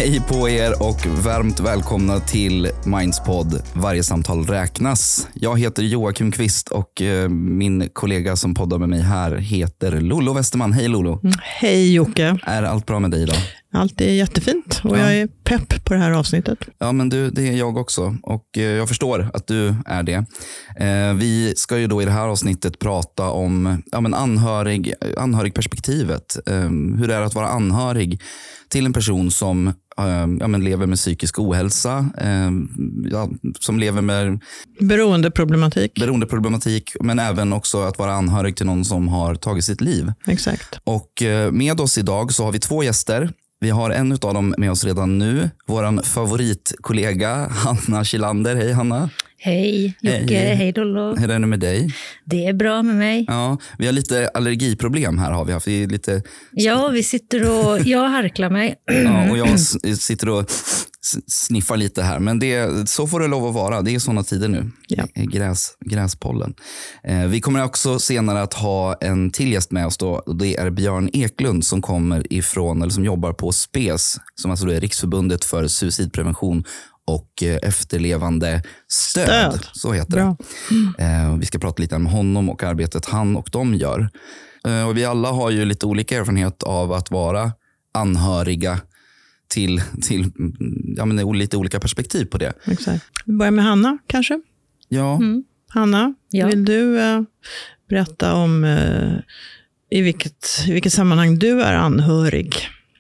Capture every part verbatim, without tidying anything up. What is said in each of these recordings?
Hej på er och varmt välkomna till Mindspod. Varje samtal räknas. Jag heter Joakim Kvist och min kollega som poddar med mig här heter Lolo Westerman. Hej Lolo. Mm, hej Jocke. Är allt bra med dig idag? Allt är jättefint och ja. Jag är pepp på det här avsnittet. Ja, men du, det är jag också och jag förstår att du är det. Eh, vi ska ju då i det här avsnittet prata om ja, men anhörig, anhörigperspektivet. Eh, hur det är att vara anhörig till en person som eh, ja, men lever med psykisk ohälsa, eh, ja, som lever med beroendeproblematik. beroendeproblematik, men även också att vara anhörig till någon som har tagit sitt liv. Exakt. Och eh, med oss idag så har vi två gäster. Vi har en av dem med oss redan nu. Vår favoritkollega Hanna Kilander. Hej Hanna. Hej Jocke, hej, hej Lolo. Hur är det med dig? Det är bra med mig. Ja, vi har lite allergiproblem här har vi haft. Vi är lite... Ja, vi sitter och... Jag harklar mig. Ja, och jag sitter och sniffar lite här. Men det, så får det lov att vara. Det är sådana tider nu. Ja. Gräs, gräspollen. Eh, vi kommer också senare att ha en till gäst med oss då. Det är Björn Eklund som kommer ifrån, eller som jobbar på SPES. Som alltså är Riksförbundet för suicidprevention och efterlevande stöd, stöd. Så heter Bra. det. Mm. Eh, vi ska prata lite om honom och arbetet han och de gör. Eh, och vi alla har ju lite olika erfarenhet av att vara anhöriga till, till ja, men lite olika perspektiv på det. Exakt. Vi börjar med Hanna kanske? Ja. Mm. Hanna, ja. Vill du eh, berätta om eh, i, vilket, i vilket sammanhang du är anhörig?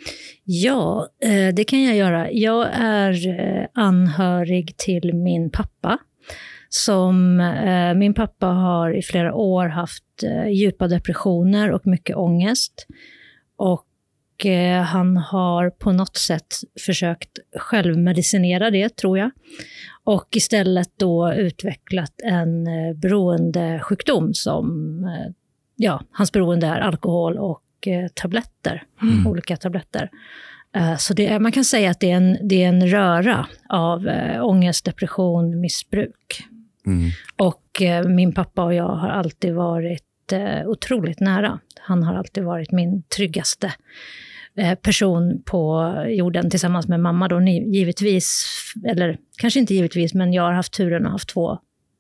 Ja, det kan jag göra. Jag är anhörig till min pappa. Som, min pappa har i flera år haft djupa depressioner och mycket ångest. Och han har på något sätt försökt självmedicinera det, tror jag. Och istället då utvecklat en beroendesjukdom som, ja, hans beroende är alkohol och tabletter, mm. olika tabletter. Så det är, man kan säga att det är en, det är en röra av äh, ångest, depression, missbruk. Mm. Och äh, min pappa och jag har alltid varit äh, otroligt nära. Han har alltid varit min tryggaste äh, person på jorden tillsammans med mamma då, givetvis, eller kanske inte givetvis, men jag har haft turen att ha haft två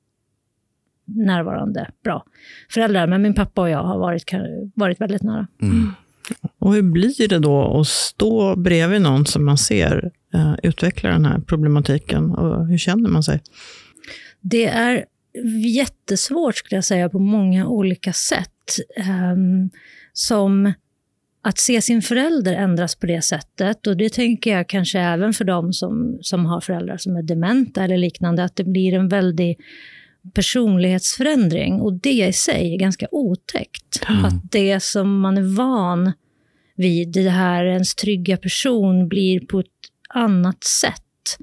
närvarande bra föräldrar, men min pappa och jag har varit, varit väldigt nära. Mm. Och hur blir det då att stå bredvid någon som man ser uh, utveckla den här problematiken, och hur känner man sig? Det är jättesvårt skulle jag säga på många olika sätt. Um, som att se sin förälder ändras på det sättet, och det tänker jag kanske även för dem som, som har föräldrar som är dementa eller liknande, att det blir en väldigt personlighetsförändring, och det i sig är ganska otäckt. Mm. Att det som man är van vid, det här ens trygga person, blir på ett annat sätt.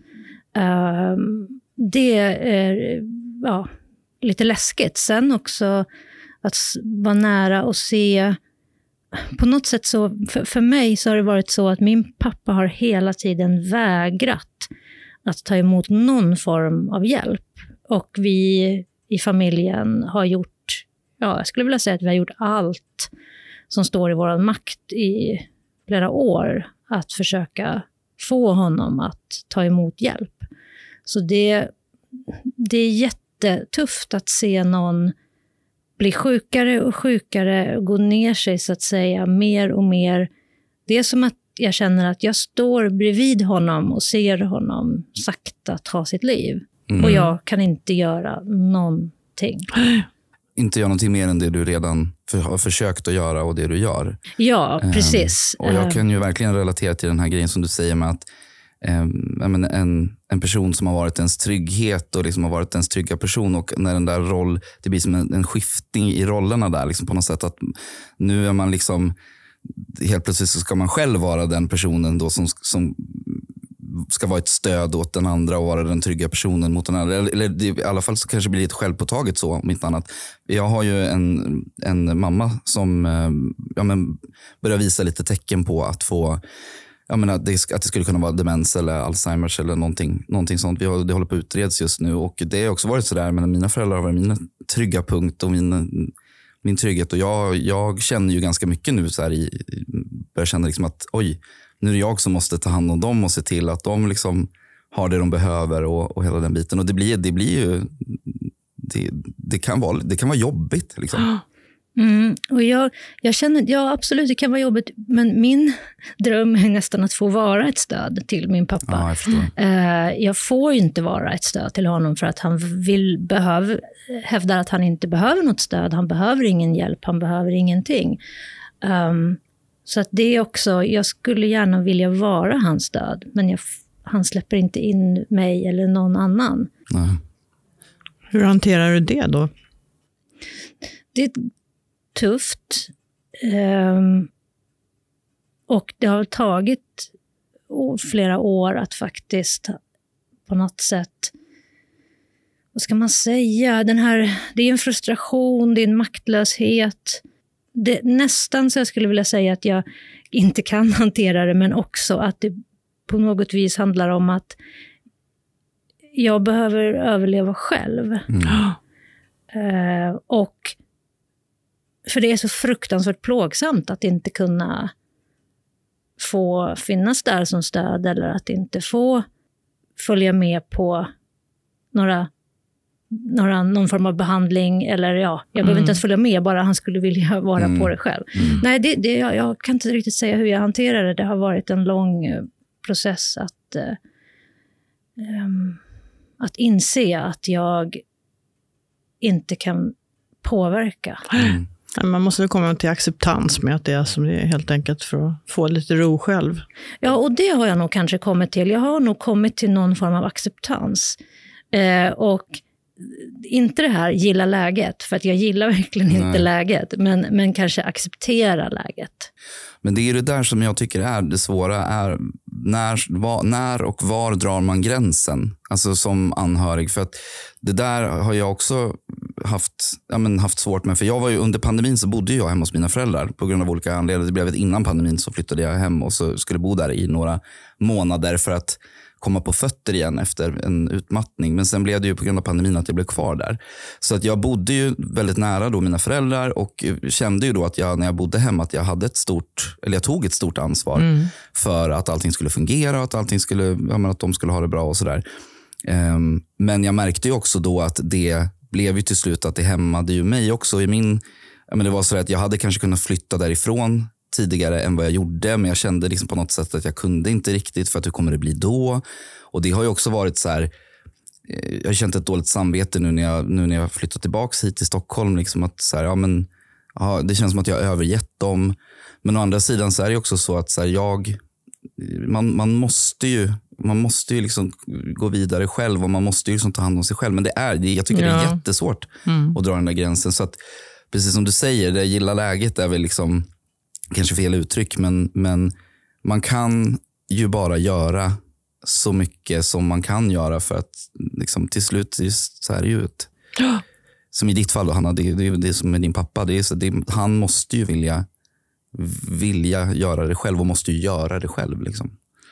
Um, det är ja, lite läskigt. Sen också att vara nära och se, på något sätt så, för, för mig så har det varit så att min pappa har hela tiden vägrat att ta emot någon form av hjälp. Och vi i familjen har gjort, ja, jag skulle vilja säga att vi har gjort allt som står i vår makt i flera år att försöka få honom att ta emot hjälp. Så det, det är jättetufft att se någon bli sjukare och sjukare och gå ner sig så att säga mer och mer. Det är som att jag känner att jag står bredvid honom och ser honom sakta ta sitt liv. Mm. Och jag kan inte göra någonting. Inte göra någonting mer än det du redan för, har försökt att göra och det du gör. Ja, precis. Um, och jag kan ju verkligen relatera till den här grejen som du säger med att um, en, en person som har varit ens trygghet och liksom har varit ens trygga person, och när den där roll, det blir som en, en skiftning i rollerna där liksom på något sätt, att nu är man liksom, helt plötsligt så ska man själv vara den personen då som, som ska vara ett stöd åt den andra och vara den trygga personen mot den andra. Eller, eller i alla fall så kanske det blir lite självpåtaget så, om inte annat. Jag har ju en, en mamma som ja, men börjar visa lite tecken på att få, jag menar, det, att det skulle kunna vara demens eller Alzheimers eller någonting, någonting sånt. Vi har, det håller på att utreds just nu, och det har också varit så där, men mina föräldrar har varit mina trygga punkt och min, min trygghet, och jag, jag känner ju ganska mycket nu så här i, börjar känna liksom att oj, nu är det jag som måste ta hand om dem och se till att de liksom har det de behöver och, och hela den biten. Och det blir, det blir ju, det, det, kan, vara, det kan vara jobbigt liksom. Mm, och jag, jag känner, ja absolut det kan vara jobbigt, men min dröm är nästan att få vara ett stöd till min pappa. Ja, jag förstår. Uh, jag får ju inte vara ett stöd till honom för att han vill, behöver, hävdar att han inte behöver något stöd, han behöver ingen hjälp, han behöver ingenting. Um, så att det är också, jag skulle gärna vilja vara hans stöd, men jag, han släpper inte in mig eller någon annan. Nej. Hur hanterar du det då? Det är tufft. Um, och det har tagit flera år att faktiskt på något sätt, vad ska man säga, den här, det är en frustration, det är en maktlöshet. Det, nästan så jag skulle vilja säga att jag inte kan hantera det, men också att det på något vis handlar om att jag behöver överleva själv. Mm. Uh, och för det är så fruktansvärt plågsamt att inte kunna få finnas där som stöd eller att inte få följa med på några, några, någon form av behandling. Eller ja, jag behöver mm. inte ens följa med, bara han skulle vilja vara mm. på det själv. Mm. Nej, det, det, jag, jag kan inte riktigt säga hur jag hanterar det. Det har varit en lång process att, uh, um, att inse att jag inte kan påverka. Mm. Man måste väl komma till acceptans med att det är som det är, helt enkelt för att få lite ro själv. Ja, och det har jag nog kanske kommit till. Jag har nog kommit till någon form av acceptans. Eh, och inte det här gilla läget, för att jag gillar verkligen inte Nej. läget, men, men kanske acceptera läget. Men det är det där som jag tycker är det svåra, är när, var, när och var drar man gränsen, alltså som anhörig, för att det där har jag också haft, ja, men haft svårt med, för jag var ju under pandemin så bodde jag hemma hos mina föräldrar på grund av olika anledningar. Det blev ett innan pandemin så flyttade jag hem och så skulle bo där i några månader för att komma på fötter igen efter en utmattning. Men sen blev det ju på grund av pandemin att jag blev kvar där. Så att jag bodde ju väldigt nära då mina föräldrar och kände ju då att jag, när jag bodde hemma, att jag hade ett stort, eller jag tog ett stort ansvar mm. för att allting skulle fungera och att allting skulle, ja, men att de skulle ha det bra och sådär. Um, men jag märkte ju också då att det blev ju till slut att det hämmade ju mig också i min, ja, men det var så att jag hade kanske kunnat flytta därifrån tidigare än vad jag gjorde, men jag kände liksom på något sätt att jag kunde inte riktigt, för att hur kommer det bli då? Och det har ju också varit så här, jag har känt ett dåligt samvete nu när jag, nu när jag flyttat tillbaka hit till Stockholm, liksom att så här, ja men ja, det känns som att jag har övergett dem. Men å andra sidan så är det också så att så här, jag man, man måste ju man måste ju liksom gå vidare själv och man måste ju liksom ta hand om sig själv, men det är det, jag tycker ja. det är jättesvårt mm. att dra den där gränsen. Så att precis som du säger, det gilla läget är väl liksom kanske fel uttryck, men, men man kan ju bara göra så mycket som man kan göra för att liksom, till slut just så här är det ut. Ja. Som i ditt fall då, Hanna, det, det är det som med din pappa, det är så, det, han måste ju vilja vilja göra det själv och måste ju göra det själv liksom.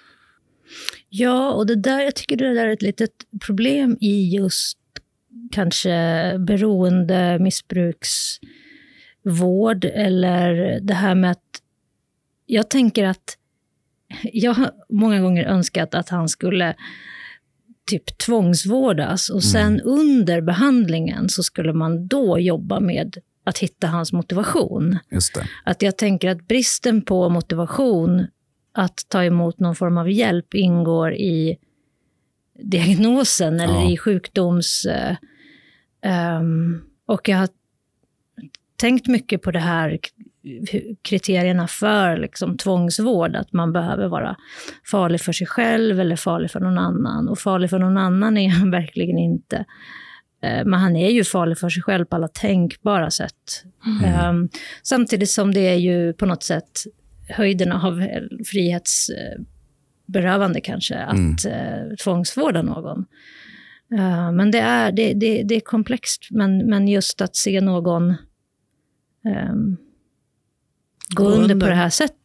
Ja, och det där, jag tycker det där är ett litet problem i just kanske beroende missbruksvård, eller det här med att jag tänker att jag har många gånger önskat att han skulle typ tvångsvårdas och sen mm. under behandlingen så skulle man då jobba med att hitta hans motivation. Just det. Att jag tänker att bristen på motivation att ta emot någon form av hjälp ingår i diagnosen eller ja. i sjukdoms... Um, och jag har tänkt mycket på det här kriterierna för liksom tvångsvård, att man behöver vara farlig för sig själv eller farlig för någon annan. Och farlig för någon annan är han verkligen inte. Men han är ju farlig för sig själv på alla tänkbara sätt. Mm. Um, samtidigt som det är ju på något sätt höjden av frihetsberövande kanske att mm. uh, tvångsvårda någon. Uh, men det är, det, det, det är komplext. Men, men just att se någon um, gå under på det här sättet,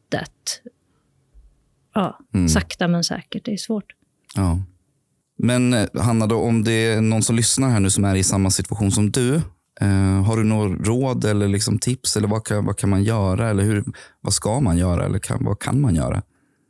ja, mm. sakta men säkert, det är svårt. Ja. Men Hanna, då, om det är någon som lyssnar här nu som är i samma situation som du, eh, har du några råd eller liksom tips, eller vad kan, vad kan man göra, eller hur, vad ska man göra, eller kan, vad kan man göra?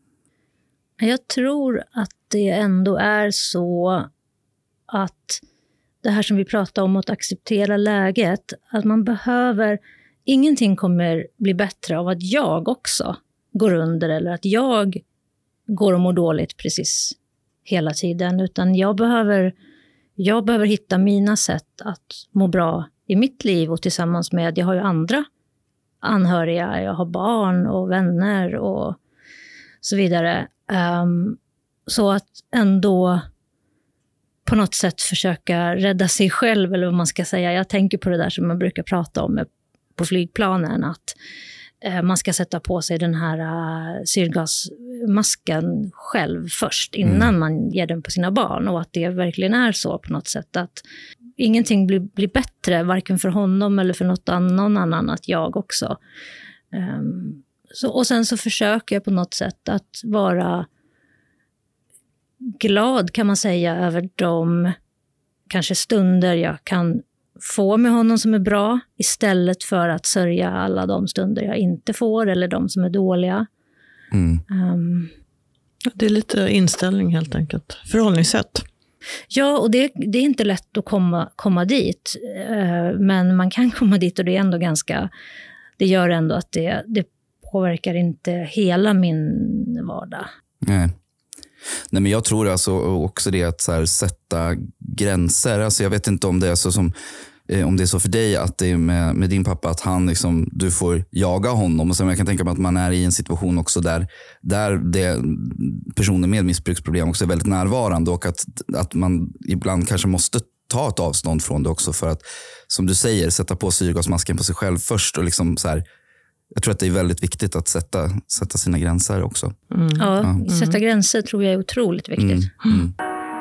Jag tror att det ändå är så att det här som vi pratar om, att acceptera läget, att man behöver, ingenting kommer bli bättre av att jag också går under eller att jag går och mår dåligt precis hela tiden, utan jag behöver, jag behöver hitta mina sätt att må bra i mitt liv och tillsammans med, jag har ju andra anhöriga, jag har barn och vänner och så vidare. Um, så att ändå på något sätt försöka rädda sig själv, eller vad man ska säga. Jag tänker på det där som man brukar prata om på flygplanen, att uh, man ska sätta på sig den här uh, syrgasmasken själv först innan mm. man ger den på sina barn, och att det verkligen är så på något sätt att ingenting blir, blir bättre varken för honom eller för något annan, någon annan, att jag också. Um, så, och sen så försöker jag på något sätt att vara glad, kan man säga, över de kanske stunder jag kan få med honom som är bra, istället för att sörja alla de stunder jag inte får eller de som är dåliga. Mm. Um, det är lite inställning helt enkelt. Förhållningssätt. Ja, och det, det är inte lätt att komma, komma dit. Uh, men man kan komma dit, och det är ändå ganska, det gör ändå att det, det påverkar inte hela min vardag. Nej. Nej, men jag tror alltså också det att så här, sätta gränser. Alltså jag vet inte om det är så som eh, om det är så för dig att det är med, med din pappa, att han liksom, du får jaga honom. Och sen jag kan tänka mig att man är i en situation också där, där det, personer med missbruksproblem också är väldigt närvarande, och att, att man ibland kanske måste ta ett avstånd från det också, för att, som du säger, sätta på syrgasmasken på sig själv först och liksom så här. Jag tror att det är väldigt viktigt att sätta, sätta sina gränser också. Mm. Ja, ja, sätta gränser tror jag är otroligt viktigt. Mm. Mm.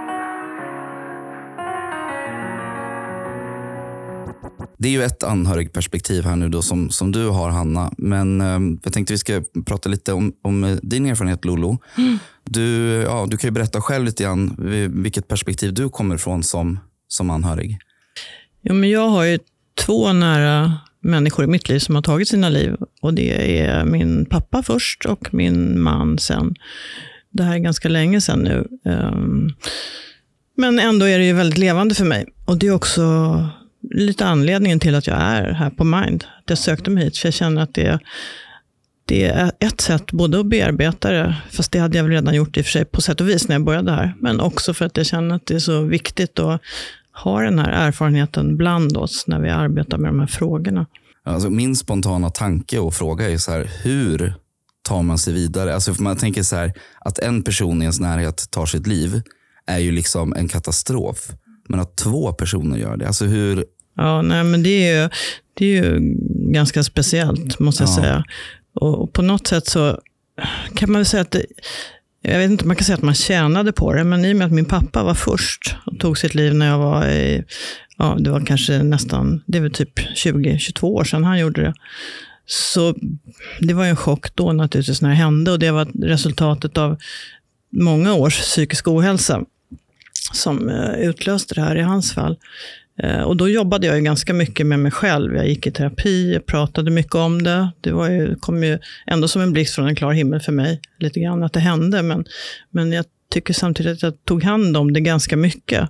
Det är ju ett anhörigperspektiv här nu då som, som du har, Hanna. Men eh, jag tänkte vi ska prata lite om, om din erfarenhet, Lolo. Mm. Du, ja, du kan ju berätta själv lite grann vilket perspektiv du kommer ifrån som, som anhörig. Ja, men jag har ju två nära människor i mitt liv som har tagit sina liv. Och det är min pappa först och min man sen. Det här är ganska länge sedan nu. Men ändå är det ju väldigt levande för mig. Och det är också lite anledningen till att jag är här på Mind. Att jag sökte mig hit, för jag känner att det, det är ett sätt både att bearbeta det, fast det hade jag väl redan gjort i och för sig på sätt och vis när jag började här. Men också för att jag känner att det är så viktigt att ha den här erfarenheten bland oss när vi arbetar med de här frågorna. Alltså min spontana tanke och fråga är så här, hur tar man sig vidare? Alltså för man tänker så här, att en person i ens närhet tar sitt liv är ju liksom en katastrof. Men att två personer gör det, alltså hur... Ja, nej, men det är ju, det är ju ganska speciellt, måste jag ja. säga. Och, och på något sätt så kan man väl säga att det, jag vet inte om man kan säga att man tjänade på det, men i och med att min pappa var först och tog sitt liv när jag var i, ja, det var kanske nästan, det var typ tjugo tjugotvå år sedan han gjorde det. Så det var ju en chock då naturligtvis när det hände, och det var resultatet av många års psykisk ohälsa som utlöste det här i hans fall. Och då jobbade jag ju ganska mycket med mig själv. Jag gick i terapi, jag pratade mycket om det. Det var ju, kom ju ändå som en blixt från en klar himmel för mig, lite grann att det hände. Men, men jag tycker samtidigt att jag tog hand om det ganska mycket.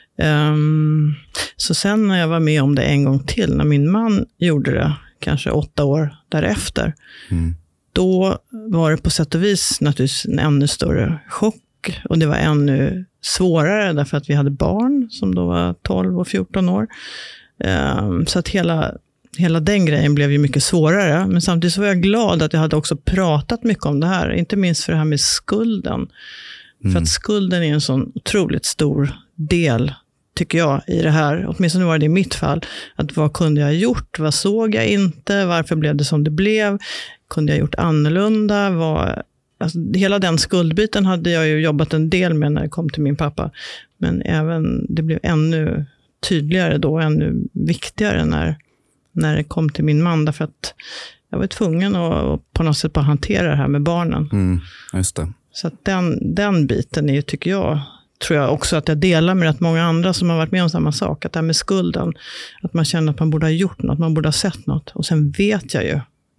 Um, så sen när jag var med om det en gång till, när min man gjorde det, kanske åtta år därefter, mm. då var det på sätt och vis naturligtvis en ännu större chock. Och det var ännu svårare därför att vi hade barn som då var tolv och fjorton år. Um, så att hela, hela den grejen blev ju mycket svårare. Men samtidigt så var jag glad att jag hade också pratat mycket om det här. Inte minst för det här med skulden. Mm. För att skulden är en sån otroligt stor del, tycker jag, i det här. Åtminstone var det i mitt fall. Att vad kunde jag ha gjort? Vad såg jag inte? Varför blev det som det blev? Kunde jag ha gjort annorlunda? Vad... Alltså, hela den skuldbiten hade jag ju jobbat en del med när det kom till min pappa. Men även det blev ännu tydligare då, ännu viktigare när, när det kom till min man. Därför att jag var tvungen att på något sätt bara hantera det här med barnen. Mm, just det. Så att den, den biten är ju, tycker jag, tror jag också att jag delar med rätt många andra som har varit med om samma sak. Att det här med skulden, att man känner att man borde ha gjort något, man borde ha sett något. Och sen vet jag ju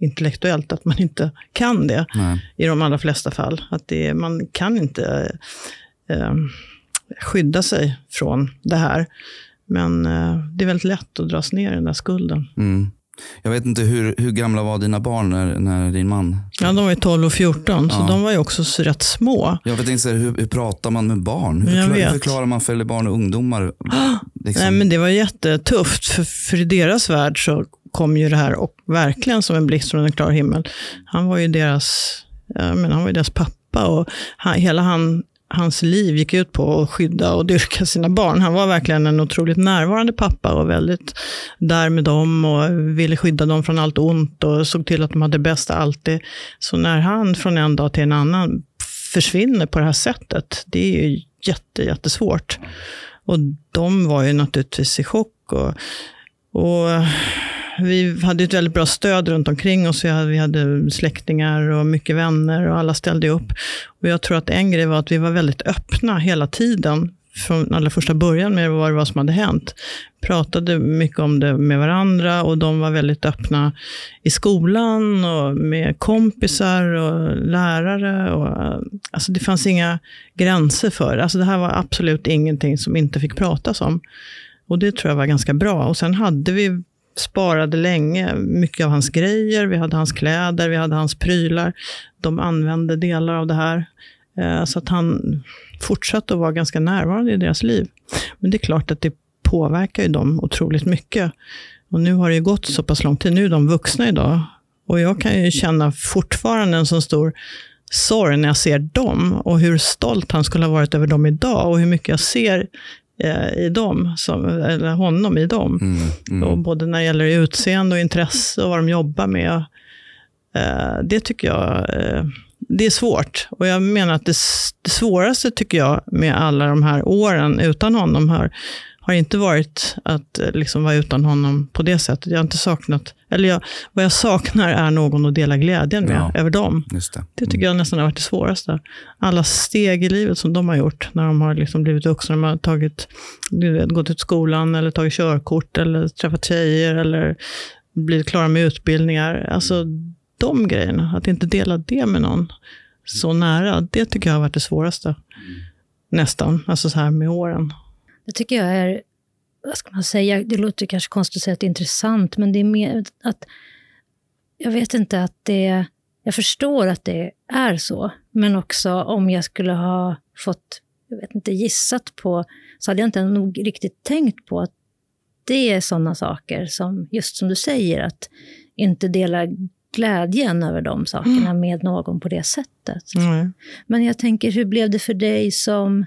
intellektuellt att man inte kan det. Nej. I de allra flesta fall. Att det, man kan inte eh, skydda sig från det här. Men eh, det är väldigt lätt att dras ner i den där skulden. Mm. Jag vet inte, hur, hur gamla var dina barn när, när din man? Ja, de var ju tolv och fjorton, ja. så de var ju också så rätt små. Jag vet inte, hur, hur pratar man med barn? Hur, förklar, hur förklarar man för barn och ungdomar? Liksom? Nej, men det var jättetufft, för, för i deras värld så kom ju det här och verkligen som en blixt från en klar himmel. Han var ju deras, jag menar, han var ju deras pappa och han, hela han... hans liv gick ut på att skydda och dyrka sina barn. Han var verkligen en otroligt närvarande pappa och väldigt där med dem och ville skydda dem från allt ont och såg till att de hade det bästa alltid. Så när han från en dag till en annan försvinner på det här sättet, det är ju jätte, jättesvårt. Och de var ju naturligtvis i chock och, och vi hade ett väldigt bra stöd runt omkring oss. Vi hade, vi hade släktingar och mycket vänner och alla ställde upp. Och jag tror att en grej var att vi var väldigt öppna hela tiden. Från allra första början med vad det var som hade hänt. Pratade mycket om det med varandra och de var väldigt öppna i skolan och med kompisar och lärare. Och, alltså det fanns inga gränser för. Alltså det här var absolut ingenting som inte fick pratas om. Och det tror jag var ganska bra. Och sen hade vi sparade länge mycket av hans grejer. Vi hade hans kläder, vi hade hans prylar. De använde delar av det här. Eh, så att han fortsatte att vara ganska närvarande i deras liv. Men det är klart att det påverkar ju dem otroligt mycket. Och nu har det ju gått så pass lång tid. Nu är de vuxna idag. Och jag kan ju känna fortfarande en så stor sorg när jag ser dem. Och hur stolt han skulle ha varit över dem idag. Och hur mycket jag ser i dem, som, eller honom i dem. Mm, mm. Och både när det gäller utseende och intresse och vad de jobbar med. Eh, det tycker jag, eh, det är svårt. Och jag menar att det, det svåraste tycker jag med alla de här åren utan honom här, har inte varit att liksom vara utan honom på det sättet. Jag har inte saknat, eller jag, vad jag saknar är någon att dela glädjen med, ja, över dem. Just det. Mm. Det tycker jag nästan har varit det svåraste. Alla steg i livet som de har gjort när de har liksom blivit vuxna, de har tagit, gått ut skolan eller tagit körkort eller träffat tjejer eller blivit klara med utbildningar. Alltså de grejerna, att inte dela det med någon så nära, det tycker jag har varit det svåraste. Mm. Nästan, alltså så här med åren. Det tycker jag är, vad ska man säga, det låter kanske konstigt att säga att det är intressant, men det är mer att, jag vet inte att det, jag förstår att det är så, men också om jag skulle ha fått, jag vet inte, gissat på, så hade jag inte nog riktigt tänkt på att det är sådana saker som, just som du säger, att inte dela glädjen över de sakerna mm. med någon på det sättet. Mm. Men jag tänker, hur blev det för dig som,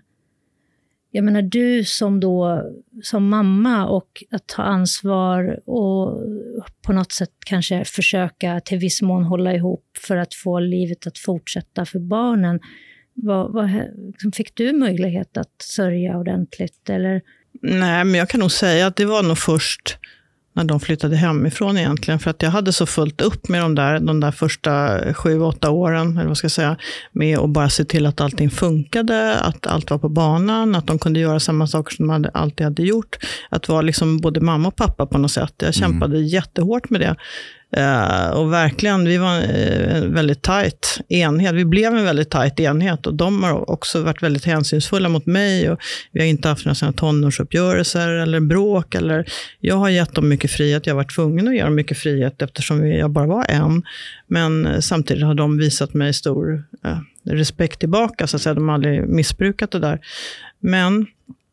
jag menar du som då som mamma, och att ta ansvar och på något sätt kanske försöka till viss mån hålla ihop för att få livet att fortsätta för barnen. Vad, vad, fick du möjlighet att sörja ordentligt? Eller? Nej, men jag kan nog säga att det var nog först när de flyttade hemifrån egentligen. För att jag hade så fullt upp med de där, de där första sju, åtta åren, eller vad ska jag säga, med att bara se till att allting funkade, att allt var på banan, att de kunde göra samma saker som de hade, alltid hade gjort. Att vara liksom både mamma och pappa på något sätt. Jag kämpade mm. jättehårt med det. Uh, och verkligen, vi var en väldigt tajt enhet. Vi blev en väldigt tajt enhet och de har också varit väldigt hänsynsfulla mot mig, och vi har inte haft några sådana tonårsuppgörelser eller bråk. Eller, jag har gett dem mycket frihet. Jag har varit tvungen att ge dem mycket frihet eftersom vi, jag bara var en. Men samtidigt har de visat mig stor uh, respekt tillbaka, så att säga. De har aldrig missbrukat det där. Men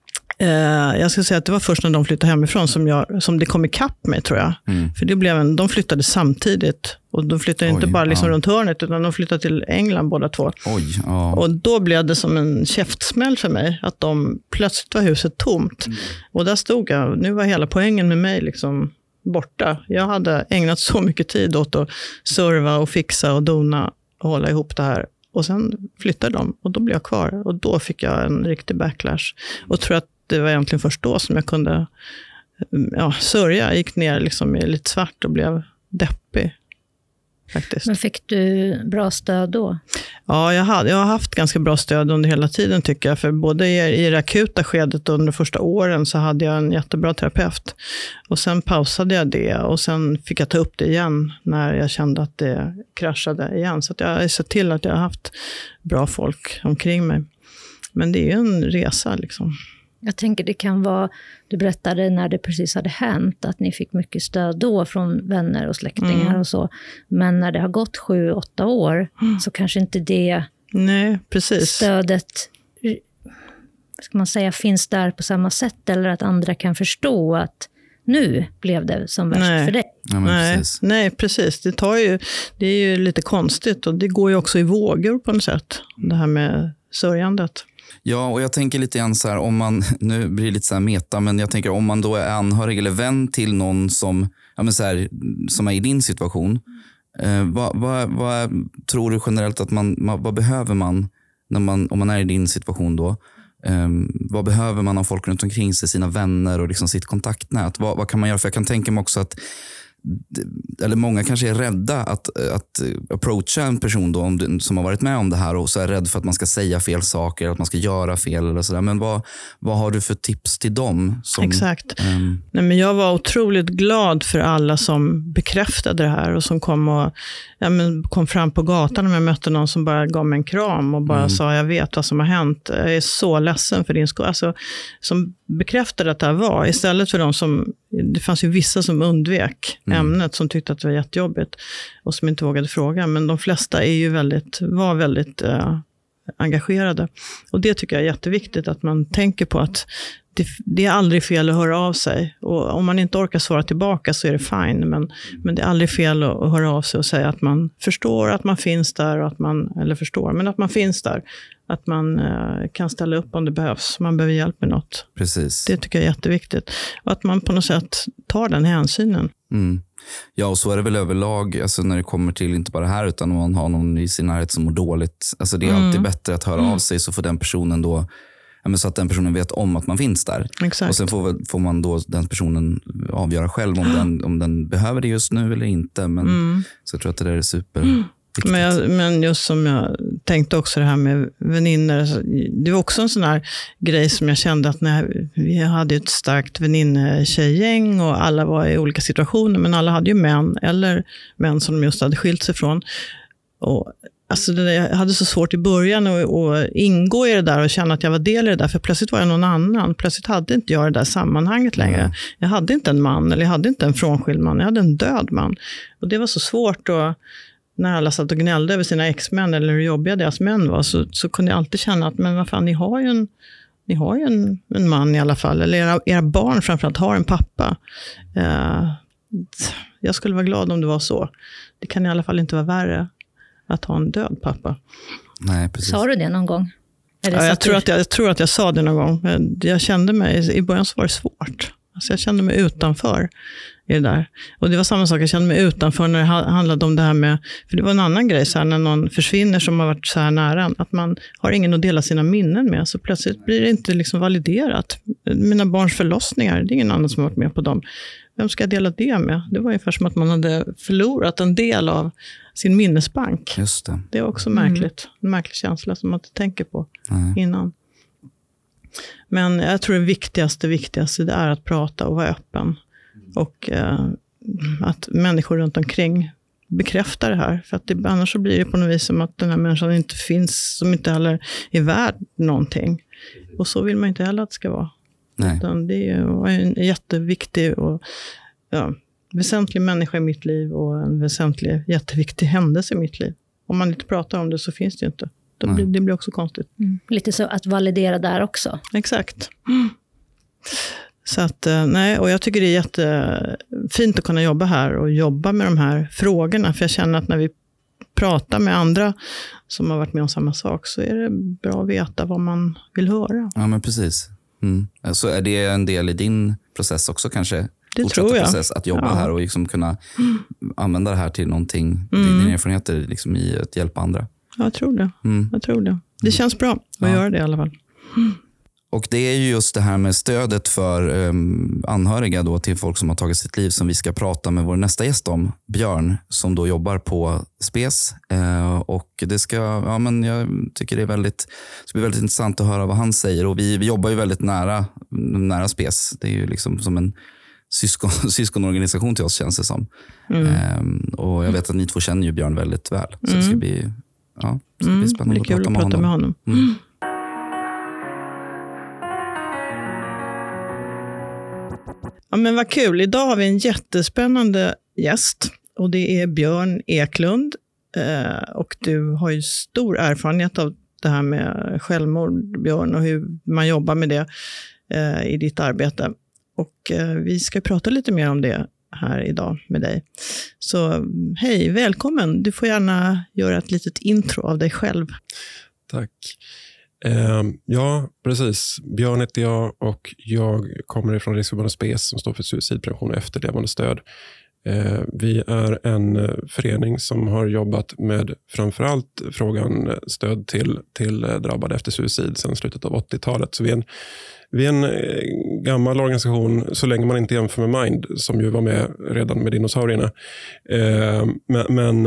Eh, jag ska säga att det var först när de flyttade hemifrån som, jag, som det kom ikapp mig, tror jag. Mm. För det blev en, de flyttade samtidigt. Och de flyttade Oj, inte bara liksom ja. runt hörnet, utan de flyttade till England båda två. Oj, ja. Och då blev det som en käftsmäll för mig. Att de plötsligt var huset tomt. Mm. Och där stod jag. Nu var hela poängen med mig liksom borta. Jag hade ägnat så mycket tid åt att serva och fixa och dona och hålla ihop det här. Och sen flyttade de och då blev jag kvar. Och då fick jag en riktig backlash. Och tror att det var egentligen först då som jag kunde ja, sörja. Jag gick ner liksom i lite svart och blev deppig. faktiskt. Men fick du bra stöd då? Ja, jag, hade, jag har haft ganska bra stöd under hela tiden tycker jag. För både i, i det akuta skedet under de första åren så hade jag en jättebra terapeut. Och sen pausade jag det och sen fick jag ta upp det igen när jag kände att det kraschade igen. Så att jag har sett till att jag har haft bra folk omkring mig. Men det är ju en resa liksom. Jag tänker det kan vara, du berättade när det precis hade hänt att ni fick mycket stöd då från vänner och släktingar mm. och så. Men när det har gått sju, åtta år mm. så kanske inte det Nej, precis. stödet, ska man säga, finns där på samma sätt. Eller att andra kan förstå att nu blev det som värst Nej. för dig. Ja, men Nej, precis. nej, precis. Det, tar ju, det är ju lite konstigt och det går ju också i vågor på något sätt. Det här med sörjandet. Ja, och jag tänker lite grann så här, om man, nu blir det lite så här meta, men jag tänker om man då är anhörig eller vän till någon som, ja men så här, som är i din situation. Eh, vad, vad, vad tror du generellt att man, vad behöver man, när man om man är i din situation då? Eh, vad behöver man av folk runt omkring sig, sina vänner och liksom sitt kontaktnät? Vad, vad kan man göra? För jag kan tänka mig också att eller många kanske är rädda att, att approacha en person då, om du, som har varit med om det här och så är rädd för att man ska säga fel saker, att man ska göra fel eller sådär. Men vad, vad har du för tips till dem? Som, Exakt. Um... Nej, men jag var otroligt glad för alla som bekräftade det här och som kom, och, ja, men kom fram på gatan och jag mötte någon som bara gav mig en kram och bara mm. sa jag vet vad som har hänt. Jag är så ledsen för din skola. Alltså, som bekräftade att det här var, istället för de som, det fanns ju vissa som undvek mm. ämnet, som tyckte att det var jättejobbigt och som inte vågade fråga, men de flesta är ju väldigt, var väldigt eh, engagerade. Och det tycker jag är jätteviktigt, att man tänker på att det, det är aldrig fel att höra av sig. Och om man inte orkar svara tillbaka så är det fine, men, men det är aldrig fel att, att höra av sig och säga att man förstår att man finns där, och att man, eller förstår, men att man finns där. Att man eh, kan ställa upp om det behövs. Man behöver hjälp med något. Precis. Det tycker jag är jätteviktigt. Och att man på något sätt tar den hänsynen. Mm. Ja, och så är det väl överlag, alltså när det kommer till inte bara här, utan om man har någon i sin närhet som mår dåligt. Alltså det är mm. alltid bättre att höra mm. av sig, så får den personen då, ja, men så att den personen vet om att man finns där. Exakt. Och sen får, får man då den personen avgöra själv om, den, om den behöver det just nu eller inte. Men mm. så jag tror att det där är super. Mm. Men, jag, men just som jag tänkte också det här med vänner. Det var också en sån här grej som jag kände att när vi hade ett starkt väninnetjejgäng och alla var i olika situationer, men alla hade ju män eller män som de just hade skilt sig från. Och alltså det, jag hade så svårt i början att, att ingå i det där och känna att jag var del i det där, för plötsligt var jag någon annan. Plötsligt hade inte jag det där sammanhanget längre. Mm. Jag hade inte en man, eller jag hade inte en frånskild man, jag hade en död man. Och det var så svårt att, när alla satt och gnällde över sina ex-män eller hur jobbiga deras män var, så, så kunde jag alltid känna att men vad fan, ni har ju en, ni har ju en, en man i alla fall, eller era, era barn framförallt har en pappa. Uh, jag skulle vara glad om det var så. Det kan i alla fall inte vara värre att ha en död pappa. Nej, precis. Sa du det någon gång? Eller ja, jag, tror att jag, jag tror att jag sa det någon gång. Men jag kände mig, i början så var det svårt. Alltså jag kände mig utanför i det där. Och det var samma sak, jag kände mig utanför när det handlade om det här med, för det var en annan grej så här, när någon försvinner som har varit så här nära, att man har ingen att dela sina minnen med, så plötsligt blir det inte liksom validerat. Mina barns förlossningar, det är ingen annan som har varit med på dem. Vem ska jag dela det med? Det var ungefär som att man hade förlorat en del av sin minnesbank. Just det. Det är också märkligt. En märklig känsla som man inte tänker på Nej. innan. Men jag tror det viktigaste, viktigaste det är att prata och vara öppen. Och eh, att människor runt omkring bekräftar det här. För att det, annars så blir det på något vis som att den här människan inte finns, som inte heller är värd någonting. Och så vill man inte heller att det ska vara. Nej. Utan det är en jätteviktig och ja, väsentlig människa i mitt liv och en väsentlig, jätteviktig händelse i mitt liv. Om man inte pratar om det så finns det ju inte. Det blir, det blir också konstigt. Mm. Lite så att validera där också. Exakt. Mm. Så att, nej, och jag tycker det är jättefint att kunna jobba här och jobba med de här frågorna. För jag känner att när vi pratar med andra som har varit med om samma sak, så är det bra att veta vad man vill höra. Ja, men precis. Mm. Så är det en del i din process också kanske? Det tror jag. Process, att jobba ja. här och liksom kunna mm. använda det här till någonting, mm. dina erfarenheter liksom i att hjälpa andra. Jag tror det. Mm. Jag tror det. Det känns bra att ja. göra det i alla fall. Mm. Och det är ju just det här med stödet för um, anhöriga då till folk som har tagit sitt liv som vi ska prata med vår nästa gäst om, Björn, som då jobbar på SPES. Uh, och det ska, ja men jag tycker det är väldigt, det ska bli väldigt intressant att höra vad han säger. Och vi, vi jobbar ju väldigt nära, nära SPES. Det är ju liksom som en syskon, syskonorganisation till oss, känns det som. Mm. Um, och jag vet att ni två känner ju Björn väldigt väl. Så mm. det ska bli, ja, det ska bli spännande mm, att prata med prata honom. Med honom. Mm. Ja, men vad kul. Idag har vi en jättespännande gäst och det är Björn Eklund. Eh, och du har ju stor erfarenhet av det här med självmord, Björn, och hur man jobbar med det eh, i ditt arbete. Och eh, vi ska prata lite mer om det här idag med dig. Så hej, välkommen. Du får gärna göra ett litet intro av dig själv. Tack. Eh, ja, precis. Björn heter jag och jag kommer ifrån Riksförbundet SPES som står för suicidprevention och efterlevande stöd. Eh, vi är en förening som har jobbat med framförallt frågan stöd till, till drabbade efter suicid sedan slutet av åttiotalet. Så vi är en, vi är en gammal organisation så länge man inte jämför med Mind som ju var med redan med dinosaurierna. Eh, men men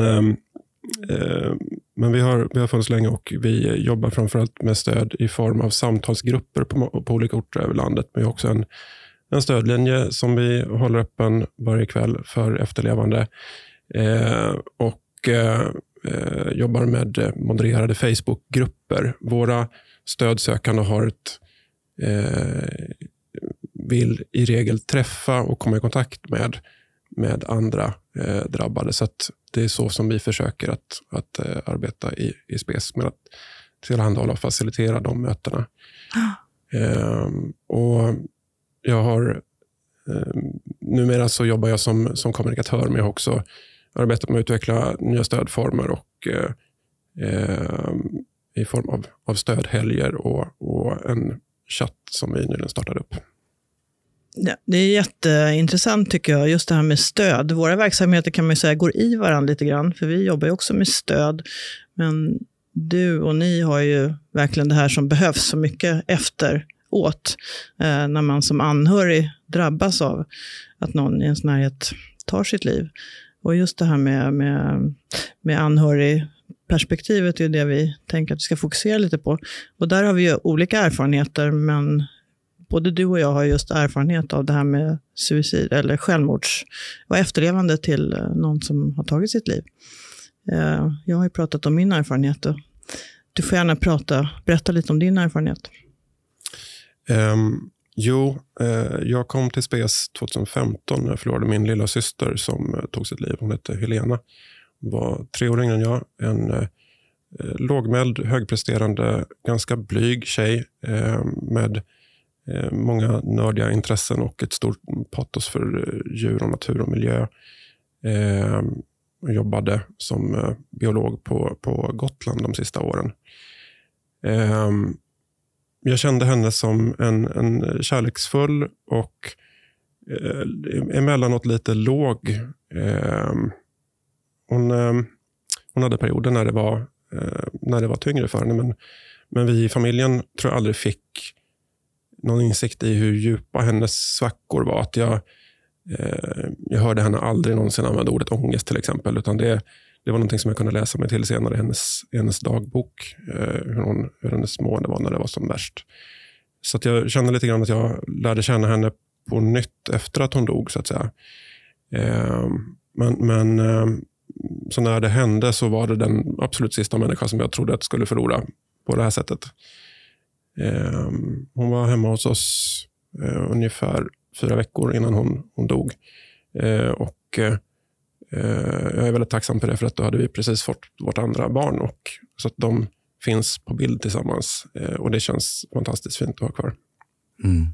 eh, Men vi har, vi har funnits länge och vi jobbar framförallt med stöd i form av samtalsgrupper på, på olika orter över landet. Men vi har också en, en stödlinje som vi håller öppen varje kväll för efterlevande. Eh, och eh, jobbar med modererade Facebookgrupper. Våra stödsökande har ett, eh, vill i regel träffa och komma i kontakt med med andra eh, drabbade. Så att det är så som vi försöker att, att eh, arbeta i, i SPES med att tillhandahålla och facilitera de mötena. Ah. Eh, och jag har eh, numera så jobbar jag som, som kommunikatör, men jag har också arbetat med att utveckla nya stödformer och eh, eh, i form av, av stödhelger och, och en chatt som vi nyligen startade upp. Ja, det är jätteintressant tycker jag, just det här med stöd. Våra verksamheter kan man ju säga går i varandra lite grann, för vi jobbar ju också med stöd. Men du och ni har ju verkligen det här som behövs så mycket efteråt eh, när man som anhörig drabbas av att någon i ens närhet tar sitt liv. Och just det här med, med, med anhörigperspektivet är det vi tänker att vi ska fokusera lite på. Och där har vi ju olika erfarenheter, men både du och jag har just erfarenhet av det här med suicid eller självmords och efterlevande till någon som har tagit sitt liv. Jag har ju pratat om min erfarenhet. Du får gärna prata, berätta lite om din erfarenhet. Um, jo, uh, jag kom till SPES tjugohundrafemton när jag förlorade min lilla syster som uh, tog sitt liv. Hon hette Helena. Hon var tre år yngre än jag. En uh, lågmäld, högpresterande, ganska blyg tjej uh, med många nördiga intressen och ett stort patos för djur och natur och miljö. Eh, jag jobbade som eh, biolog på, på Gotland de sista åren. Eh, jag kände henne som en, en kärleksfull och eh, emellanåt lite låg. Eh, hon, eh, hon hade perioder när det var, eh, när det var tyngre för henne, men, men vi i familjen tror jag aldrig fick någon insikt i hur djupa hennes svackor var. Att jag, eh, jag hörde henne aldrig någonsin använda ordet ångest till exempel. Utan det, det var någonting som jag kunde läsa mig till senare i hennes, hennes dagbok. Eh, hur, hon, hur hennes mående var när det var som värst. Så att jag kände lite grann att jag lärde känna henne på nytt efter att hon dog så att säga. Eh, men men eh, så när det hände så var det den absolut sista människa som jag trodde att skulle förlora på det här sättet. Eh, hon var hemma hos oss eh, ungefär fyra veckor innan hon, hon dog. Eh, och eh, jag är väldigt tacksam för det, för att då hade vi precis fått vårt andra barn. Och, så att de finns på bild tillsammans. Eh, och det känns fantastiskt fint att ha kvar. Mm.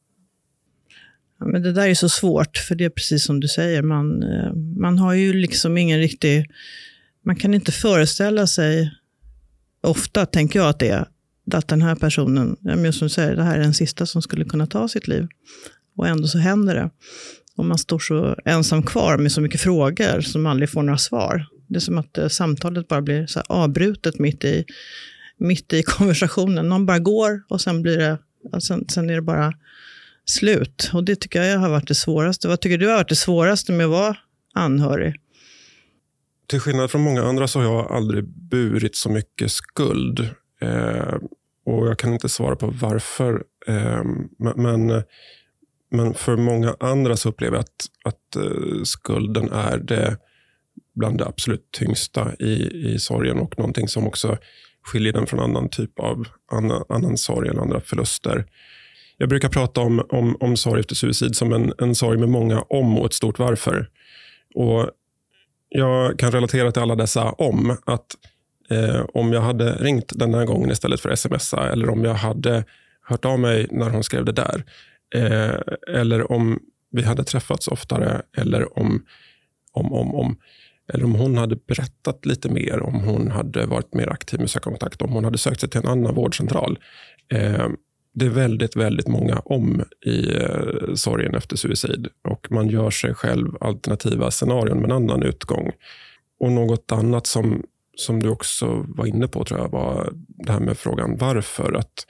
Ja, men det där är så svårt, för det är precis som du säger. Man, man har ju liksom ingen riktig... Man kan inte föreställa sig... Ofta tänker jag att det är att den här personen, som du säger, det här är den sista som skulle kunna ta sitt liv. Och ändå så händer det. Och man står så ensam kvar med så mycket frågor som aldrig får några svar. Det är som att eh, samtalet bara blir så här avbrutet mitt i, mitt i konversationen. Någon bara går och sen blir det Och sen, sen är det bara slut. Och det tycker jag har varit det svåraste. Vad tycker du har varit det svåraste med att vara anhörig? Till skillnad från många andra så har jag aldrig burit så mycket skuld. Eh, och jag kan inte svara på varför. Eh, men, men för många andra så upplever jag att, att uh, skulden är det bland det absolut tyngsta i, i sorgen. Och någonting som också skiljer den från annan typ av annan, annan sorg eller andra förluster. Jag brukar prata om, om, om sorg efter suicid som en, en sorg med många om och ett stort varför. Och jag kan relatera till alla dessa om. Att eh, om jag hade ringt den här gången istället för smsa. Eller om jag hade hört av mig när hon skrev det där. Eh, eller om vi hade träffats oftare. Eller om, om, om, om. Eller om hon hade berättat lite mer. Om hon hade varit mer aktiv med sökkontakt. Om hon hade sökt sig till en annan vårdcentral. Eh, det är väldigt, väldigt många om i eh, sorgen efter suicid. Och man gör sig själv alternativa scenarion med en annan utgång. Och något annat som, som du också var inne på tror jag var det här med frågan varför. Att,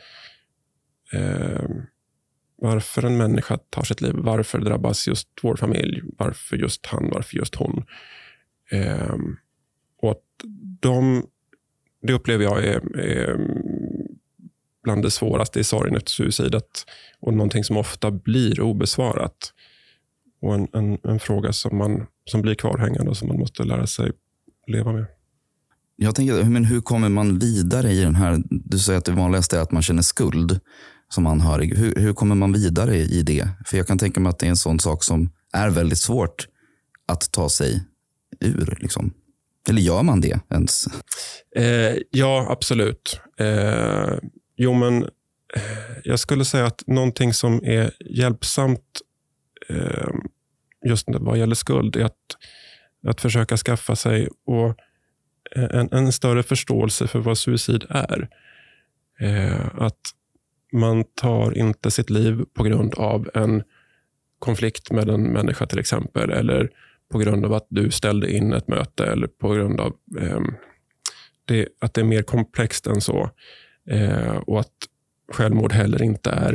eh, varför en människa tar sitt liv. Varför drabbas just vår familj. Varför just han, varför just hon. Eh, och att de, det upplever jag är... är bland det svåraste i sorgen efter suicidet och någonting som ofta blir obesvarat och en, en, en fråga som, man, som blir kvarhängande och som man måste lära sig leva med. Jag tänker, men hur kommer man vidare i den här, du säger att det vanligaste är att man känner skuld som anhörig. Hur, hur kommer man vidare i det? För jag kan tänka mig att det är en sån sak som är väldigt svårt att ta sig ur liksom. Eller gör man det ens? Eh, ja, absolut. Eh, Jo, men jag skulle säga att någonting som är hjälpsamt eh, just vad gäller skuld är att, att försöka skaffa sig och en, en större förståelse för vad suicid är. Eh, att man tar inte sitt liv på grund av en konflikt med en människa till exempel eller på grund av att du ställde in ett möte eller på grund av eh, det, att det är mer komplext än så. Eh, och att självmord heller inte är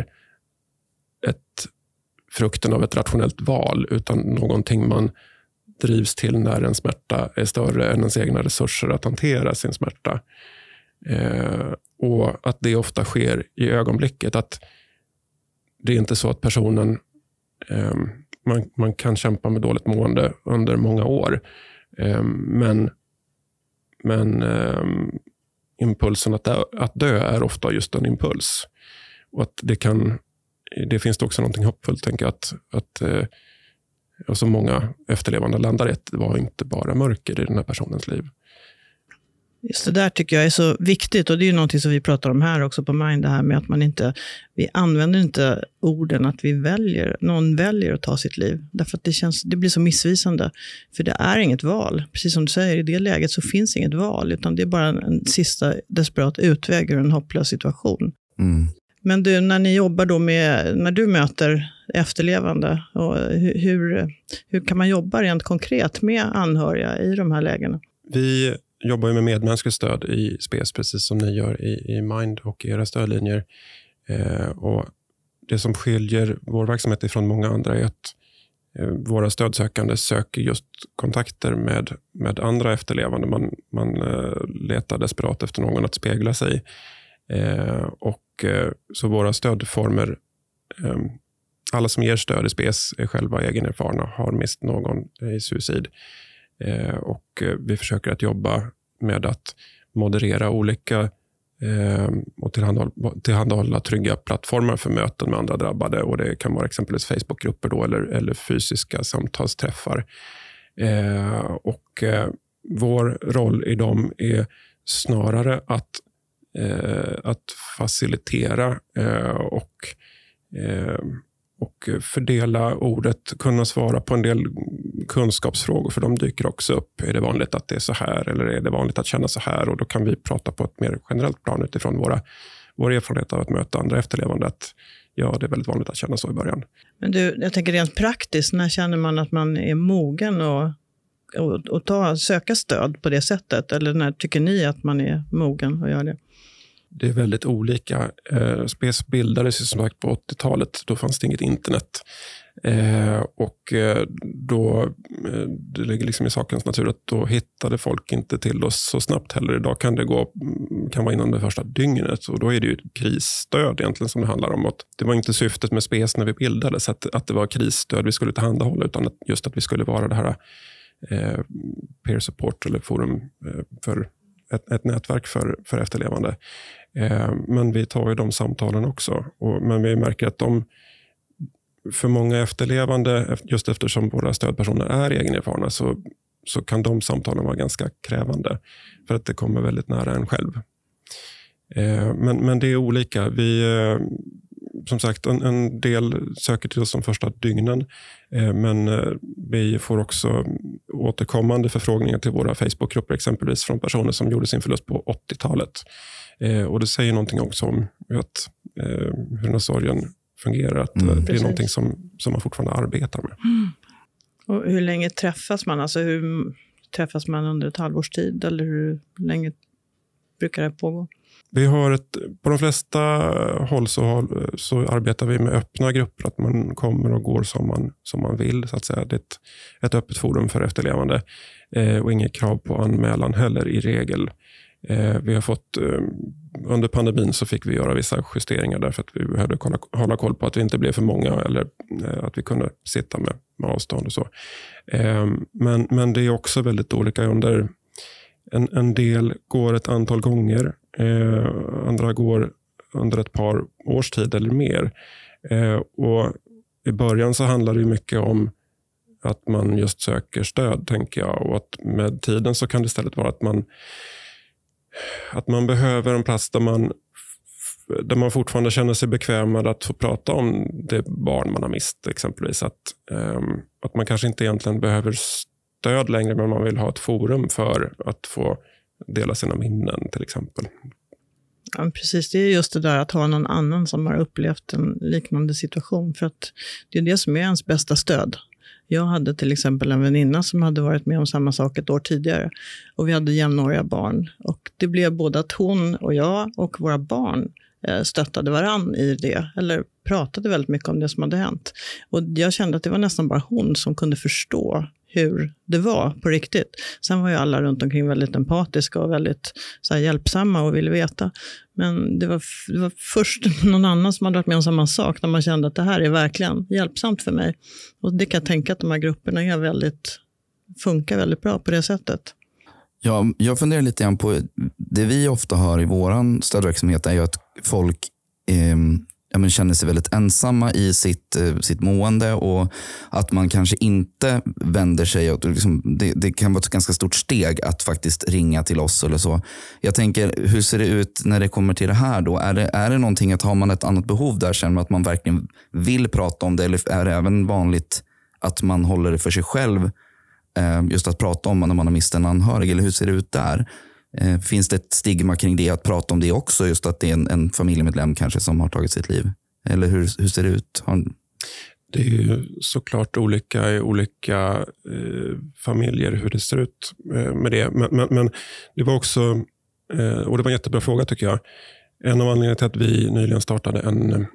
ett, frukten av ett rationellt val utan någonting man drivs till när en smärta är större än ens egna resurser att hantera sin smärta. Eh, och att det ofta sker i ögonblicket. Att det är inte så att personen eh, man, man kan kämpa med dåligt mående under många år. Eh, men men eh, impulsen att dö, att dö är ofta just en impuls. Och att det kan, det finns det också någonting hoppfullt, tänker jag, att, att eh, och så många efterlevande landar i att det var inte bara mörker i den här personens liv. Just det där tycker jag är så viktigt och det är ju någonting som vi pratar om här också på Mind, det här med att man inte, vi använder inte orden att vi väljer, någon väljer att ta sitt liv. Därför att det känns, det blir så missvisande. För det är inget val. Precis som du säger, i det läget så finns inget val utan det är bara en, en sista desperat utväg ur en hopplös situation. Mm. Men du, när ni jobbar då med, när du möter efterlevande, och hur, hur, hur kan man jobba rent konkret med anhöriga i de här lägena? Vi jobbar ju med medmänskligt stöd i S P E S precis som ni gör i, i Mind och era stödlinjer. Eh, och det som skiljer vår verksamhet ifrån många andra är att eh, våra stödsökande söker just kontakter med, med andra efterlevande. Man, man eh, letar desperat efter någon att spegla sig. Eh, och eh, så våra stödformer, eh, alla som ger stöd i S P E S är själva egenerfarna, har mist någon i suicid. Eh, och eh, vi försöker att jobba med att moderera olika eh, och tillhandahålla, tillhandahålla trygga plattformar för möten med andra drabbade. Och det kan vara exempelvis Facebookgrupper då, eller, eller fysiska samtalsträffar. Eh, och eh, vår roll i dem är snarare att, eh, att facilitera eh, och eh, och fördela ordet, kunna svara på en del kunskapsfrågor, för de dyker också upp. Är det vanligt att det är så här eller är det vanligt att känna så här? Och då kan vi prata på ett mer generellt plan utifrån våra, vår erfarenhet av att möta andra efterlevande. Att ja, det är väldigt vanligt att känna så i början. Men du, jag tänker rent praktiskt, när känner man att man är mogen och, och, och ta, söka stöd på det sättet? Eller när tycker ni att man är mogen att göra det? det är väldigt olika. Eh, S P E S bildades ju som sagt på åttiotalet. Då fanns det inget internet. Eh, och eh, då, eh, det ligger liksom i sakens natur att då hittade folk inte till oss så snabbt heller. Idag kan det gå, kan vara inom det första dygnet, och då är det ju ett krisstöd egentligen som det handlar om. Att det var inte syftet med S P E S när vi bildades att, att det var krisstöd vi skulle tillhandahålla, utan att just att vi skulle vara det här eh, peer support eller forum eh, för ett, ett nätverk för, för efterlevande. Eh, men vi tar ju de samtalen också, och, men vi märker att de för många efterlevande, just eftersom våra stödpersoner är egenerfarna, så, så kan de samtalen vara ganska krävande för att det kommer väldigt nära en själv. Eh, men, men det är olika. Vi, eh, som sagt, en, en del söker till oss de första dygnen, eh, men eh, vi får också återkommande förfrågningar till våra Facebookgrupper, exempelvis från personer som gjorde sin förlust på åttiotalet. Eh, och det säger någonting också om att, eh, hur den här sorgen fungerar, att mm. det är Precis. någonting som, som man fortfarande arbetar med. Mm. Och hur länge träffas man? Alltså hur träffas man under ett halvårs tid? Eller hur länge brukar det pågå? Vi har ett, på de flesta håll så, så arbetar vi med öppna grupper, att man kommer och går som man, som man vill. Så att säga. Det är ett, ett öppet forum för efterlevande eh, och inget krav på anmälan heller i regel. Eh, vi har fått, eh, under pandemin så fick vi göra vissa justeringar därför att vi behövde kolla, hålla koll på att vi inte blev för många, eller eh, att vi kunde sitta med, med avstånd och så. Eh, men, men det är också väldigt olika. Under en, en del går ett antal gånger, eh, andra går under ett par års tid eller mer. Eh, och i början så handlar det mycket om att man just söker stöd, tänker jag, och att med tiden så kan det istället vara att man att man behöver en plats där man, där man fortfarande känner sig bekväm med att få prata om det barn man har mist, exempelvis. Att, um, att man kanske inte egentligen behöver stöd längre, men man vill ha ett forum för att få dela sina minnen, till exempel. Ja, precis. Det är just det där att ha någon annan som har upplevt en liknande situation. För att det är det som är ens bästa stöd. Jag hade till exempel en väninna som hade varit med om samma sak ett år tidigare. Och vi hade jämnåriga barn. Och det blev både att hon och jag och våra barn stöttade varann i det. Eller pratade väldigt mycket om det som hade hänt. Och jag kände att det var nästan bara hon som kunde förstå hur det var på riktigt. Sen var ju alla runt omkring väldigt empatiska och väldigt så här, hjälpsamma och ville veta. Men det var, det var först någon annan som hade varit med om samma sak, när man kände att det här är verkligen hjälpsamt för mig. Och det kan jag tänka att de här grupperna är väldigt, funkar väldigt bra på det sättet. Ja, jag funderar lite grann på, det vi ofta hör i våran stödverksamhet är ju att folk eh, ja, men känner sig väldigt ensamma i sitt, eh, sitt mående, och att man kanske inte vänder sig åt, liksom, det, det kan vara ett ganska stort steg att faktiskt ringa till oss eller så. Jag tänker, hur ser det ut när det kommer till det här då? Är det, är det någonting att har man ett annat behov där, känner man att man verkligen vill prata om det, eller är det även vanligt att man håller det för sig själv, eh, just att prata om när man har mist en anhörig, eller hur ser det ut där? Eh, finns det ett stigma kring det, att prata om det också, just att det är en, en familjemedlem kanske som har tagit sitt liv? Eller hur, hur ser det ut? Har... Det är ju såklart olika i olika eh, familjer hur det ser ut eh, med det. Men, men, men det var också, eh, och det var en jättebra fråga tycker jag. En av anledningarna till att vi nyligen startade en,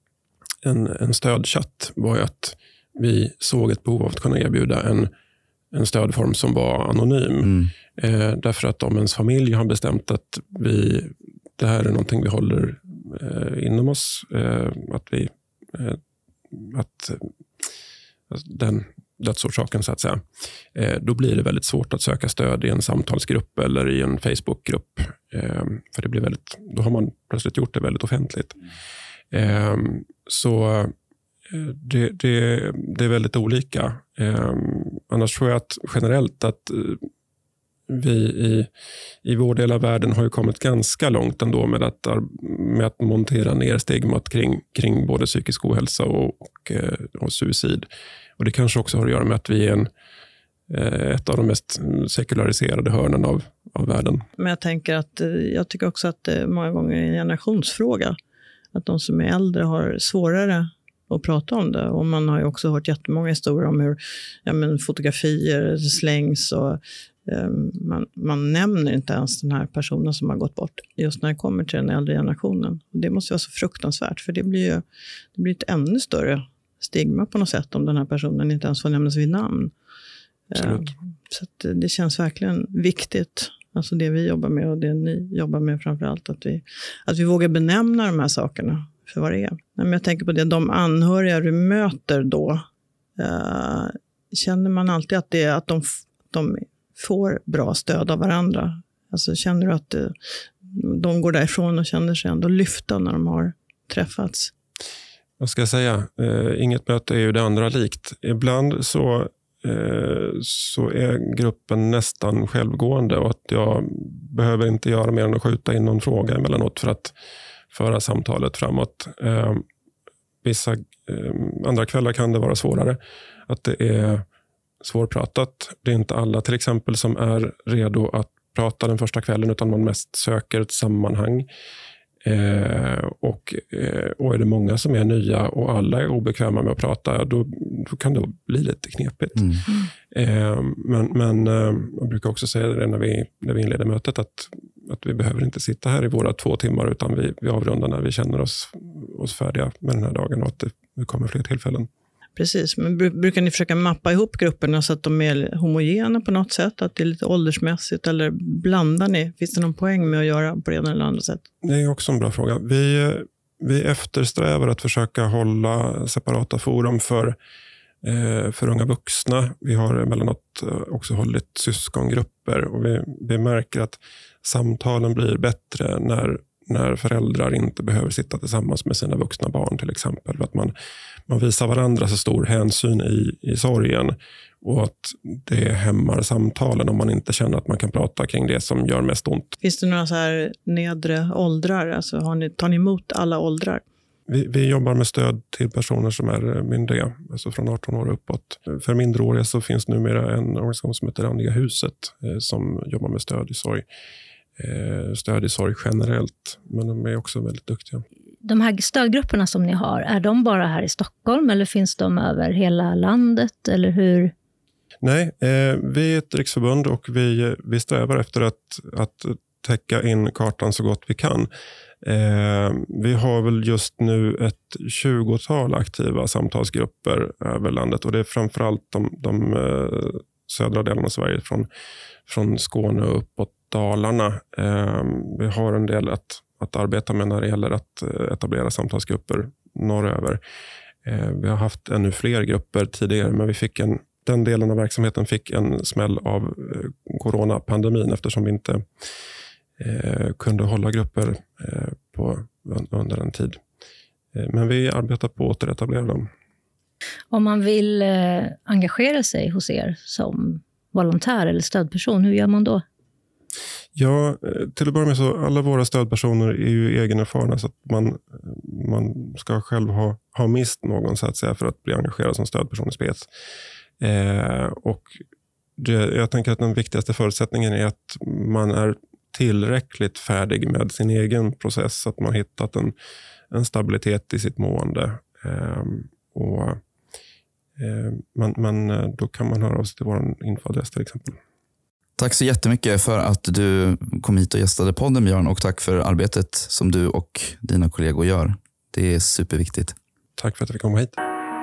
en, en stödchatt var ju att vi såg ett behov av att kunna erbjuda en en stödform som var anonym. Mm. Eh, därför att om ens familj har bestämt att vi, det här är någonting vi håller eh, inom oss, eh, att vi eh, att alltså den dödsorsaken så att säga, eh, då blir det väldigt svårt att söka stöd i en samtalsgrupp eller i en Facebookgrupp. Eh, för det blir väldigt, då har man plötsligt gjort det väldigt offentligt. Eh, så Det, det, det är väldigt olika. Eh, annars tror jag att generellt att eh, vi i, i vår del av världen har ju kommit ganska långt ändå med att, med att montera ner stigmat kring, kring både psykisk ohälsa och, och, och suicid. Och det kanske också har att göra med att vi är en, eh, ett av de mest sekulariserade hörnen av, av världen. Men jag tänker att jag tycker också att det många gånger är en generationsfråga. Att de som är äldre har svårare och prata om det. Och man har ju också hört jättemånga historier om hur ja, men, fotografier slängs och man, man nämner inte ens den här personen som har gått bort just när det kommer till den äldre generationen. Och det måste vara så fruktansvärt, för det blir ju det blir ett ännu större stigma på något sätt om den här personen inte ens får nämnas vid namn. Absolut. Så att det känns verkligen viktigt, alltså det vi jobbar med och det ni jobbar med framförallt, att vi, att vi vågar benämna de här sakerna för vad det är. Men jag tänker på det, de anhöriga du möter då, uh, känner man alltid att, det, att de, de får bra stöd av varandra? Alltså känner du att uh, de går därifrån och känner sig ändå lyfta när de har träffats? Vad ska jag säga? Uh, inget möte är ju det andra likt. Ibland så så är gruppen nästan självgående och att jag behöver inte göra mer än att skjuta in någon fråga emellanåt för att föra samtalet framåt. Eh, vissa eh, andra kvällar kan det vara svårare, att det är svårpratat. Det är inte alla till exempel som är redo att prata den första kvällen, utan man mest söker ett sammanhang. Eh, och, eh, och är det många som är nya och alla är obekväma med att prata, då, då kan det bli lite knepigt. Mm. Eh, men men eh, jag brukar också säga det när vi, när vi inleder mötet, att, att vi behöver inte sitta här i våra två timmar, utan vi, vi avrundar när vi känner oss, oss färdiga med den här dagen, och att det, det kommer fler tillfällen. Precis, men brukar ni försöka mappa ihop grupperna så att de är homogena på något sätt? Att det är lite åldersmässigt, eller blandar ni? Finns det någon poäng med att göra på det ena eller andra sätt? Det är också en bra fråga. Vi, vi eftersträvar att försöka hålla separata forum för, eh, för unga vuxna. Vi har emellanåt också hållit syskongrupper, och vi, vi märker att samtalen blir bättre när när föräldrar inte behöver sitta tillsammans med sina vuxna barn till exempel. För att man, man visar varandra så stor hänsyn i, i sorgen, och att det hämmar samtalen om man inte känner att man kan prata kring det som gör mest ont. Finns det några så här nedre åldrar? Alltså har ni, tar ni emot alla åldrar? Vi, vi jobbar med stöd till personer som är myndiga, alltså från arton år uppåt. För mindreåriga så finns numera en organisation som heter Andliga huset eh, som jobbar med stöd i sorg. Stöd i sorg generellt, men de är också väldigt duktiga. De här stödgrupperna som ni har, är de bara här i Stockholm eller finns de över hela landet, eller hur? Nej, eh, vi är ett riksförbund och vi, vi strävar efter att, att täcka in kartan så gott vi kan. Eh, vi har väl just nu ett tjugotal aktiva samtalsgrupper över landet, och det är framförallt de, de eh, södra delarna av Sverige, från, från Skåne och uppåt Dalarna. Eh, vi har en del att, att arbeta med när det gäller att etablera samtalsgrupper norröver. Eh, vi har haft ännu fler grupper tidigare, men vi fick en, den delen av verksamheten fick en smäll av eh, coronapandemin, eftersom vi inte eh, kunde hålla grupper eh, på, under en tid. Eh, men vi arbetar på att återetablera dem. Om man vill eh, engagera sig hos er som volontär eller stödperson, hur gör man då? Ja, till att börja med så alla våra stödpersoner är ju egenerfarna, så att man, man ska själv ha, ha mist någon så att säga för att bli engagerad som stödperson i S P E S. Eh, och det, jag tänker att den viktigaste förutsättningen är att man är tillräckligt färdig med sin egen process, så att man hittat en, en stabilitet i sitt mående. Eh, och, eh, man, man, då kan man höra av sig till vår infoadress till exempel. Tack så jättemycket för att du kom hit och gästade podden, Björn, och tack för arbetet som du och dina kollegor gör. Det är superviktigt. Tack för att vi kom hit.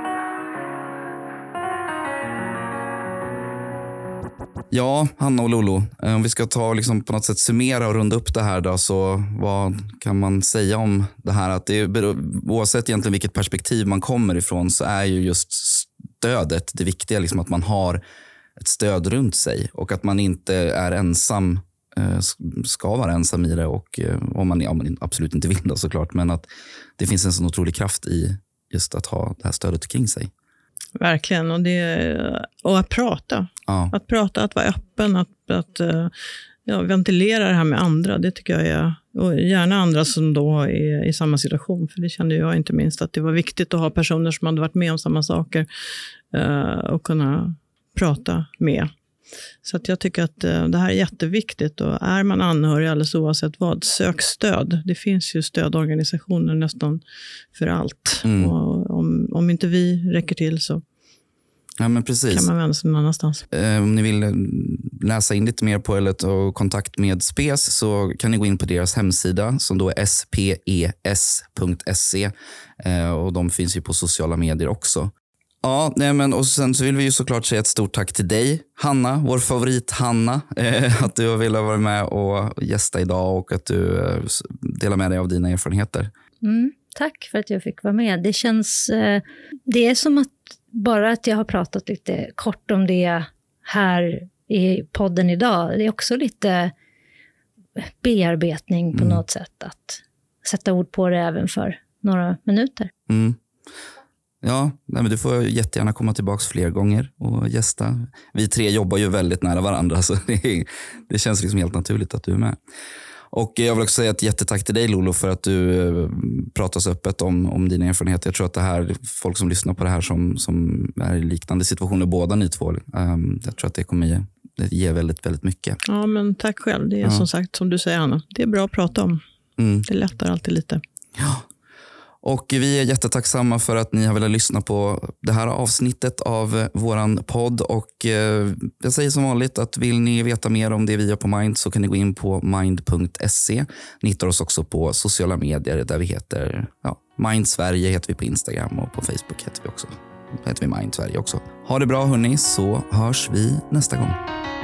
Ja, Hanna och Lolo, om vi ska ta liksom på något sätt summera och runda upp det här då, så vad kan man säga om det här? Att det är, oavsett egentligen vilket perspektiv man kommer ifrån, så är ju just stödet det viktiga, liksom att man har ett stöd runt sig och att man inte är ensam, ska vara ensam i det, och om man, om man absolut inte vill då såklart, men att det finns en sån otrolig kraft i just att ha det här stödet kring sig. Verkligen, och, det, och att prata. Ja. Att prata, att vara öppen, att, att ja, ventilera det här med andra, det tycker jag är, och gärna andra som då är i samma situation, för det kände jag inte minst att det var viktigt att ha personer som hade varit med om samma saker och kunna prata med. Så att jag tycker att det här är jätteviktigt, och är man anhörig alldeles oavsett vad, sök stöd. Det finns ju stödorganisationer nästan för allt. Mm. Och om, om inte vi räcker till så Ja, men precis. Kan man vända sig någon annanstans. Eh, om ni vill läsa in lite mer på eller ta kontakt med Spes så kan ni gå in på deras hemsida som då är spes punkt se. Eh, och de finns ju på sociala medier också. Ja, nej men, och sen så vill vi ju såklart säga ett stort tack till dig, Hanna, vår favorit Hanna, eh, att du har velat vara med och gästa idag och att du eh, delar med dig av dina erfarenheter. Mm, tack för att jag fick vara med. Det känns, eh, det är som att bara att jag har pratat lite kort om det här i podden idag, det är också lite bearbetning på mm. något sätt att sätta ord på det även för några minuter. Mm. Ja, nej, men du får jättegärna komma tillbaka fler gånger och gästa. Vi tre jobbar ju väldigt nära varandra så det, det känns liksom helt naturligt att du är med. Och jag vill också säga ett jättetack till dig Lolo för att du pratar så öppet om, om dina erfarenheter. Jag tror att det här, folk som lyssnar på det här som, som är i liknande situationer, båda ni två, um, jag tror att det kommer ge, det ger väldigt, väldigt mycket. Ja, men tack själv. Det är ja. som sagt, som du säger Anna, det är bra att prata om. Mm. Det lättar alltid lite. Ja. Och vi är jättetacksamma för att ni har velat lyssna på det här avsnittet av våran podd. Och eh, jag säger som vanligt att vill ni veta mer om det vi gör på Mind så kan ni gå in på mind punkt se. Ni hittar oss också på sociala medier där vi heter ja, Mind Sverige heter vi på Instagram och på Facebook heter vi också. Heter vi Mind Sverige också. Ha det bra hörni, så hörs vi nästa gång.